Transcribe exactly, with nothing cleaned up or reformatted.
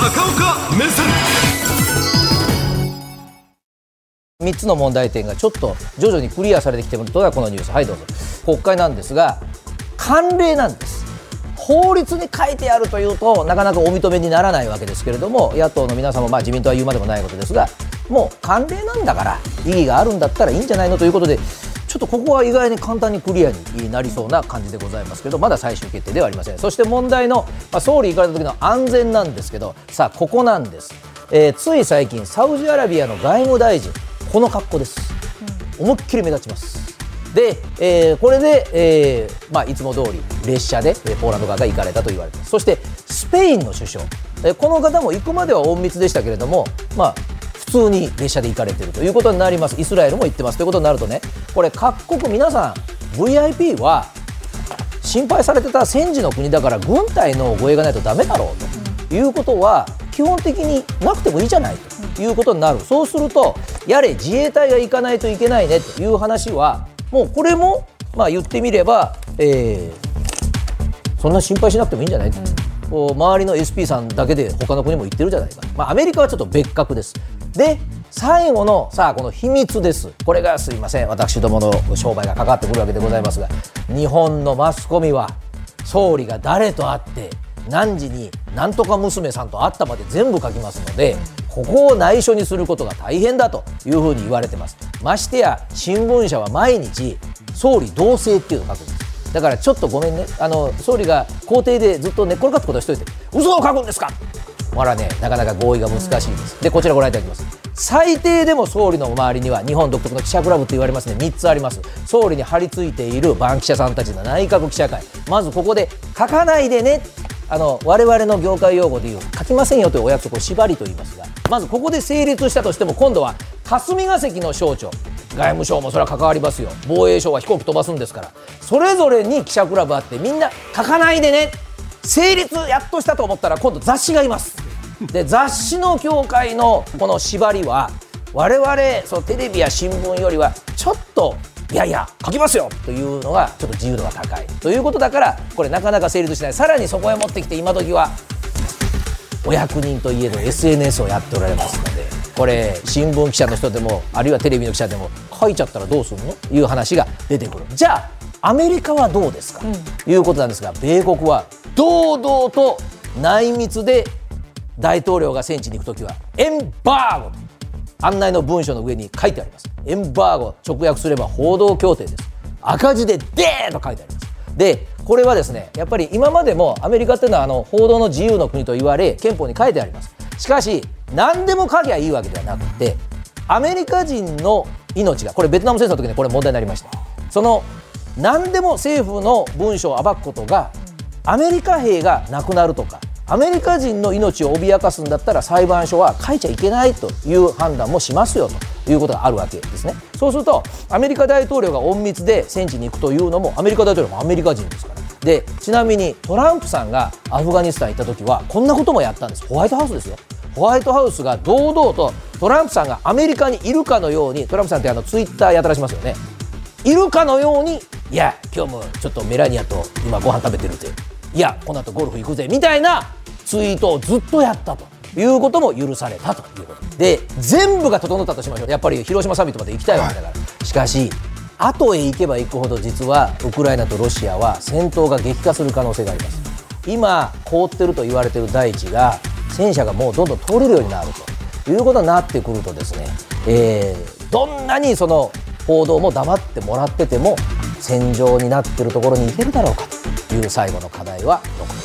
高岡目線。 みっつの問題点がちょっと徐々にクリアされてきているのがこのニュース。はいどうぞ。国会なんですが慣例なんです。法律に書いてあるというとなかなかお認めにならないわけですけれども、野党の皆さんもまあ自民党は言うまでもないことですが、もう慣例なんだから意義があるんだったらいいんじゃないのということで、ちょっとここは意外に簡単にクリアになりそうな感じでございますけど、まだ最終決定ではありません。そして問題の、まあ、総理行かれた時の安全なんですけど、さあここなんです、えー、つい最近サウジアラビアの外務大臣この格好です、うん、思いっきり目立ちます。で、えー、これで、えーまあ、いつも通り列車でポーランド側が行かれたと言われています。そしてスペインの首相、えー、この方も行くまでは隠密でしたけれども、まあ普通に列車で行かれているということになります。イスラエルも行ってますということになるとね、これ各国皆さん ブイアイピー は心配されてた戦時の国だから軍隊の護衛がないとダメだろうということは基本的になくてもいいじゃないということになる。そうするとやれ自衛隊が行かないといけないねという話はもうこれもまあ言ってみれば、えー、そんな心配しなくてもいいんじゃないと、うん、周りの エスピー さんだけで他の国も行ってるじゃないか、まあ、アメリカはちょっと別格です。で最後のさあこの秘密です。これがすいません私どもの商売がかかってくるわけでございますが、日本のマスコミは総理が誰と会って何時に何とか娘さんと会ったまで全部書きますので、ここを内緒にすることが大変だというふうに言われてます。ましてや新聞社は毎日総理同棲っていうのを書くんです。だからちょっとごめんね、あの総理が公邸でずっと寝っ転がったことをしといて嘘を書くんですか、まだねなかなか合意が難しいです。でこちらご覧いただきます。最低でも総理の周りには日本独特の記者クラブと言われますね、みっつあります。総理に張り付いている番記者さんたちの内閣記者会、まずここで書かないでね、あの我々の業界用語でいう書きませんよというお約束を縛りと言いますが、まずここで成立したとしても今度は霞が関の省庁、外務省もそれは関わりますよ、防衛省は飛行機飛ばすんですから、それぞれに記者クラブあってみんな書かないでね、成立やっとしたと思ったら今度雑誌がいます。で雑誌の協会のこの縛りは我々そのテレビや新聞よりはちょっといやいや書きますよというのがちょっと自由度が高いということだから、これなかなか成立しない。さらにそこへ持ってきて今時はお役人といえど エスエヌエス をやっておられますので、これ新聞記者の人でもあるいはテレビの記者でも書いちゃったらどうするのという話が出てくる。じゃあアメリカはどうですか、うん、ということなんですが、米国は堂々と内密で大統領が戦地に行くときはエンバーゴと案内の文書の上に書いてあります。エンバーゴ直訳すれば報道協定です。赤字でデーと書いてあります。でこれはですねやっぱり今までもアメリカっていうのはあの報道の自由の国と言われ憲法に書いてあります。しかし何でも書きゃいいわけではなくて、アメリカ人の命が、これベトナム戦争の時にこれ問題になりました。その何でも政府の文書を暴くことがアメリカ兵が亡くなるとかアメリカ人の命を脅かすんだったら裁判所は書いちゃいけないという判断もしますよということがあるわけですね。そうするとアメリカ大統領が隠密で戦地に行くというのもアメリカ大統領もアメリカ人ですから。でちなみにトランプさんがアフガニスタンに行った時はこんなこともやったんです。ホワイトハウスですよ。ホワイトハウスが堂々とトランプさんがアメリカにいるかのように、トランプさんってあのツイッターやたらしますよね、いるかのように、いや今日もちょっとメラニアと今ご飯食べてるぜ、いやこの後ゴルフ行くぜみたいなツイートをずっとやったということも許されたということで、全部が整ったとしましょう。やっぱり広島サミットまで行きたいわけだから、はい、しかし後へ行けば行くほど実はウクライナとロシアは戦闘が激化する可能性があります。今凍ってると言われている大地が戦車がもうどんどん通れるようになるということになってくるとですね、えー、どんなにその報道も黙ってもらってても戦場になっているところに行けるだろうかという最後の課題は残っています。